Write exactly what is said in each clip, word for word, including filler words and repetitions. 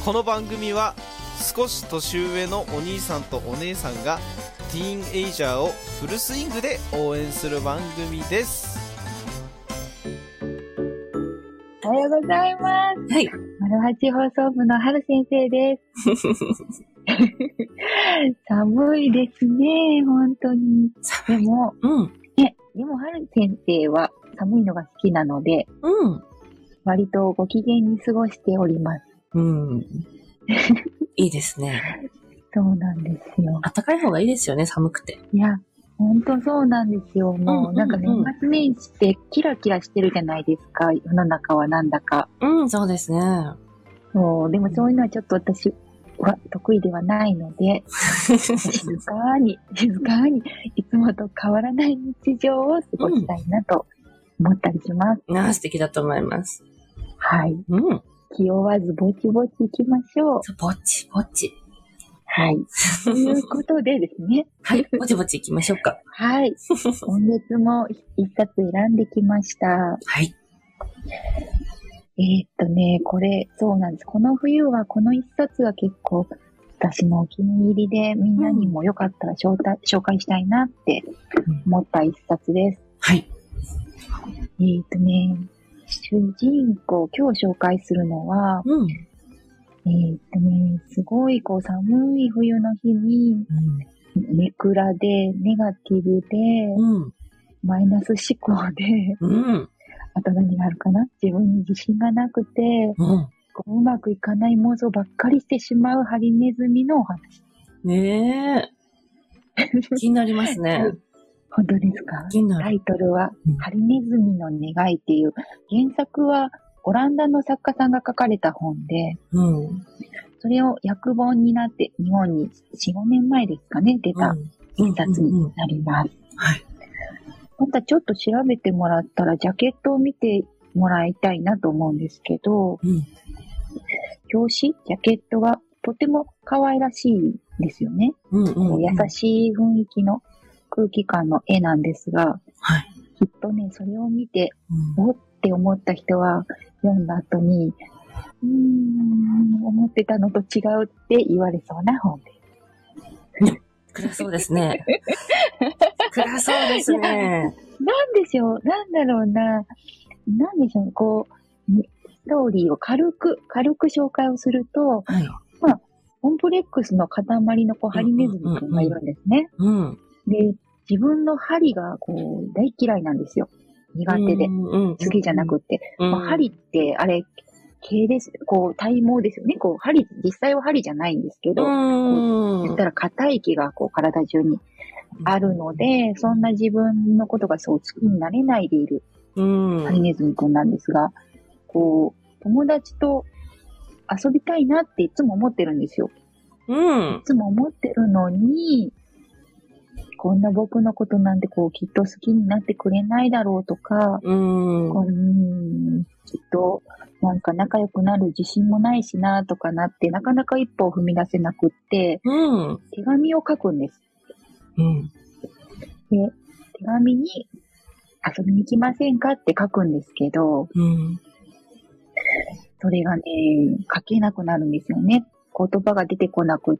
この番組は少し年上のお兄さんとお姉さんがティーンエイジャーをフルスイングで応援する番組です。 おはようございます。 はい。 丸八放送部の春先生です。寒いですね、本当に。でも、 うん。 ね、でも春先生は寒いのが好きなので、 うん。 割とご機嫌に過ごしております。 うん。いいですね。 そうなんですよ。 暖かい方がいいですよね、寒くて。 いや、本当そうなんですよ。もう、なんか年末年始ってキラキラしてるじゃないですか。世の中はなんだか。 うん、そうですね。 そう、でもそういうのはちょっと私は得意ではないので、静かに、静かに、いつもと変わらない日常を過ごしたいなと思ったりします。 うん、ああ、素敵だと思います。 はい。 うん。 気負わずぼちぼち行きましょう。 ぼちぼち。 はい。ということでですね。 はい。ぼちぼち行きましょうか。 はい。今月も一冊選んできました。 はい。 えー、っとね、これ、そうなんです。この冬はこの一冊が結構私のお気に入りで、みんなにもよかったら紹介、紹介したいなって思った一冊です。 はい。 えー、っとね、主人公、今日紹介するのは、 うん。 えー、っとね、すごいこう寒い冬の日に、ネクラで、ネガティブで、 うん、 マイナス思考で、 うん、 あと何があるかな、自分に自信がなくて、うん、こう、うまくいかない妄想ばっかりしてしまうハリネズミのお話。 ねえ。気になりますね。 本当ですか？ 気になる。 タイトルは、うん、ハリネズミの願いっていう、原作はオランダの作家さんが書かれた本で、うん、それを訳本になって日本によん、ごねんまえですかね、出た一冊になります。 はい。 またちょっと調べてもらったらジャケットを見てもらいたいなと思うんですけど、うん、表紙、ジャケットがとても可愛らしいんですよね。うんうんうん、優しい雰囲気の空気感の絵なんですが、はい、きっとね、それを見て、うん、おって思った人は読んだ後に、うーん、思ってたのと違うって言われそうな本です。 暗そうですね。暗そうですね。 なんでしょう、なんだろうな、なんでしょう、こう、ストーリーを軽く、軽く紹介をすると、はい、まあ、コンプレックスの塊のこうハリネズミくんがいるんですね。うんうんうん、で、自分の針がこう大嫌いなんですよ。苦手で。うんうんうん、好きじゃなくって。うんまあ、針ってあれ、毛です。こう、体毛ですよね。こう、針、実際は針じゃないんですけど、こう言ったら硬い毛がこう体中にあるので、そんな自分のことがそう好きになれないでいるハリネズミくんなんですが、こう、友達と遊びたいなっていつも思ってるんですよ。うん。いつも思ってるのに、こんな僕のことなんてこう、きっと好きになってくれないだろうとか、うん。こううんきっと、なんか仲良くなる自信もないしなとかなって、なかなか一歩を踏み出せなくって、うん。手紙を書くんです。うん。で、手紙に遊びに来ませんかって書くんですけど、うん。それがね、書けなくなるんですよね。言葉が出てこなくって、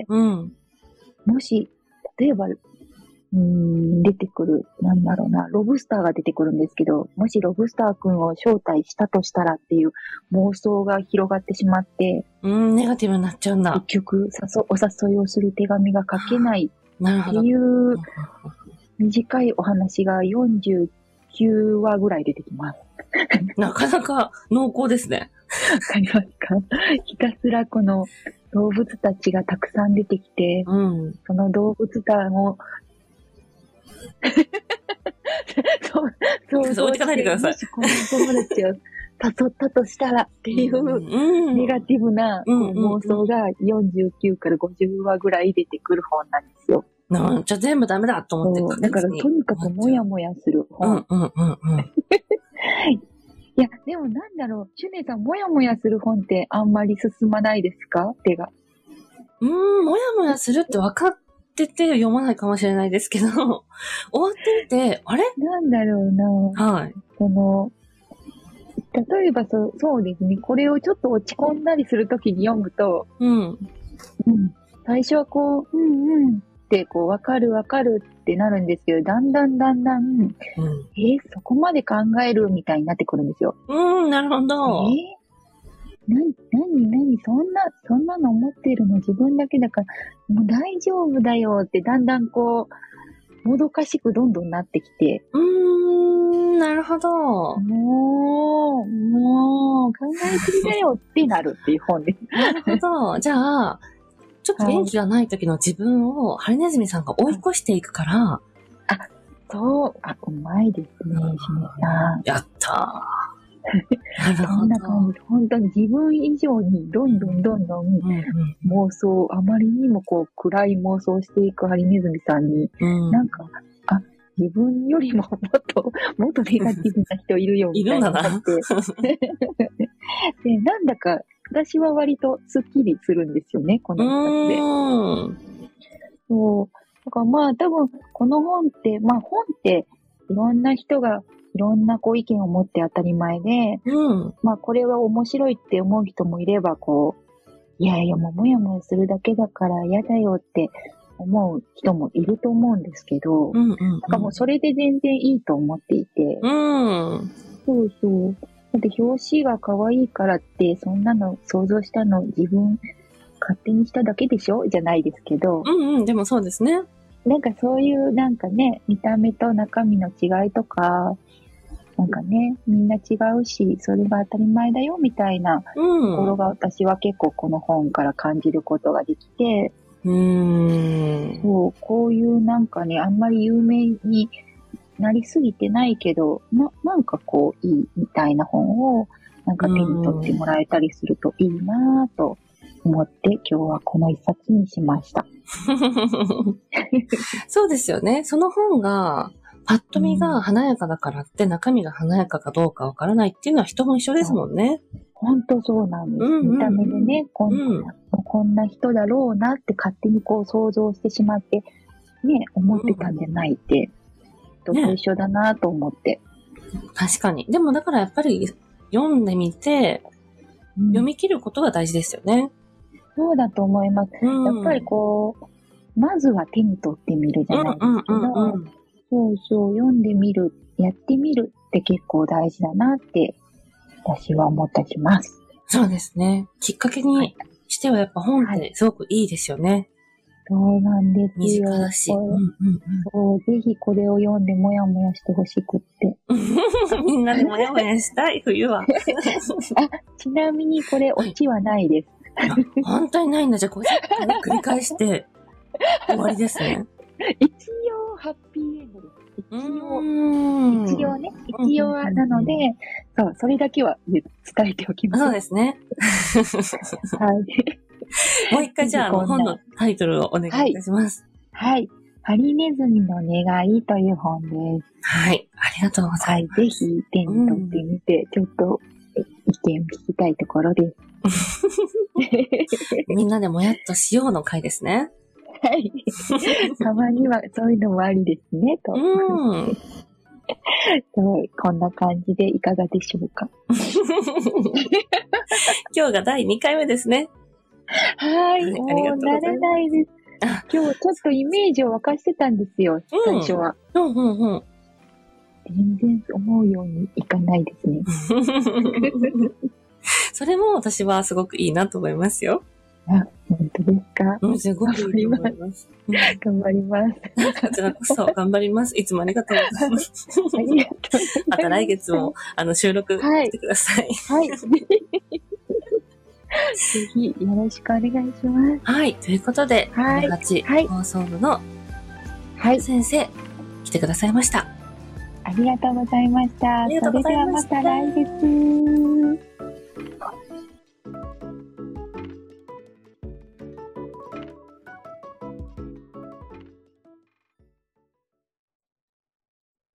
うん。もし、例えば、うーん、出てくる、なんだろうな、ロブスターが出てくるんですけど、もしロブスターくんを招待したとしたらっていう妄想が広がってしまって、 うん、ネガティブになっちゃうんだ。 結局、誘お誘いをする手紙が書けないっていう短いお話がよんじゅうきゅうわぐらい出てきます。 なかなか濃厚ですね。 わかりますか？ひたすらこの動物たちがたくさん出てきて、うん、その動物団をそう、 そう、そう置いてかないでください。もしこの友達を誘ったとしたらっていうネガティブな妄想がよんじゅうきゅうからごじゅうわぐらい出てくる本なんですよ。 なじゃあ全部ダメだと思ってた。 だからとにかくもやもやする本。うんうんうんうん。いや、でもなんだろう、シュネさん、もやもやする本ってあんまり進まないですか？手が。 うーん、もやもやするって分かってて読まないかもしれないですけど、終わってみて、あれなんだろうな。 はい。 その、 例えばそう、そうですね。これをちょっと落ち込んだりするときに読むと、 うん。 うん。最初はこう、うんうんってこう、わかるわかるってなるんですけど、だんだんだんだん、 うん。 えーそこまで考えるみたいになってくるんですよ。 うん、なるほえど。 ーなに、なに、なに、そんな、そんなの思ってるの自分だけだから、もう大丈夫だよってだんだんこう、もどかしくどんどんなってきて、 うーん、なるほど。 もう、もう、考えすぎだよってなるっていう本です。 なるほど。じゃあ、ちょっと元気がない時の自分をハリネズミさんが追い越していくから、 そう、あ、うまいですね、しめさん。 やったー。なるそほど。 んな感じ。本当に自分以上にどんどんどんどんうんうん妄想、あまりにもこう暗い妄想していくハリネズミさんに、 うん、 なんか、あ、自分よりももっと、もっとネガティブな人いるよみたいになって。で、なんだか、私は割とスッキリするんですよね、この一冊で。 うーん。 そう。だからまあ多分、この本って、まあ本っていろんな人がいろんなこう意見を持って当たり前で、 うん。 まあこれは面白いって思う人もいれば、こう、いやいやもうもやもやするだけだから嫌だよって思う人もいると思うんですけど、 うんうん。 なんかもうそれで全然いいと思っていて、 うん。 そうそう。だって表紙が可愛いからって、そんなの想像したの自分勝手にしただけでしょじゃないですけど、 うんうん。でもそうですね。 なんかそういうなんかね、見た目と中身の違いとか、なんかね、みんな違うし、それが当たり前だよみたいなうん。 ところが私は結構この本から感じることができて、 うーん。 そう、こういうなんかね、あんまり有名になりすぎてないけど、な、なんかこういいみたいな本をなんか手に取ってもらえたりするといいなぁと思って今日はこの一冊にしました。 そうですよね。その本が、パッと見が華やかだからって中身が華やかかどうかわからないっていうのは人も一緒ですもんね。 ほんとそうなんです。 うんうんうん見た目でね、こんうんな、こんな人だろうなって勝手にこう想像してしまって、ね、思ってたんじゃないって、とね一緒だなと思って。 確かに。でもだからやっぱり読んでみて、 うん読み切ることが大事ですよね。 そうだと思います。 うん、 やっぱりこう、まずは手に取ってみるじゃないですけど、 うんうんうんうん、 そうそう、読んでみる、やってみるって結構大事だなって、私は思ったりします。 そうですね。きっかけにしてはやっぱ本ってすごくいいですよね。 そうなんですよ。 身近だし。 これうんうんそうぜひこれを読んでもやもやしてほしくって。 うん、みんなでもやもやしたい、冬は。 あ、ちなみにこれオチはないです。 本当にないんだ。じゃあ、これ繰り返して終わりですね。 一応ハッピーエンドです。一応。 うん一応ね。一応はなので、そう、それだけは伝えておきます。 そうですね。 はい。 もう一回じゃあ、あの本のタイトルをお願いいたします。 はい。ハリネズミの願いという本です。 はい。ありがとうございます。 はい。ぜひ手に取ってみて、うん、ちょっと意見聞きたいところです。 みんなでもやっとしようの回ですね。 はい。たまにはそういうのもありですね、と。 うん。 そう、こんな感じでいかがでしょうか。 今日がだいにかいめですね。 はい。もう慣れないです。今日ちょっとイメージを沸かしてたんですよ、最初は。 うんうんうん。 全然思うようにいかないですね。 それも私はすごくいいなと思いますよ。 あ、本当ですか？ うん、すごくいいと思います。 頑張ります。 こちらこそ頑張ります。いつもありがとうございます。 ありがとうございます。 また来月もあの収録してください。 はい。はい、ぜひよろしくお願いします。 はい。ということで、 はい、 はち放送部の先生、来てくださいました。 ありがとうございました。それではまた来月。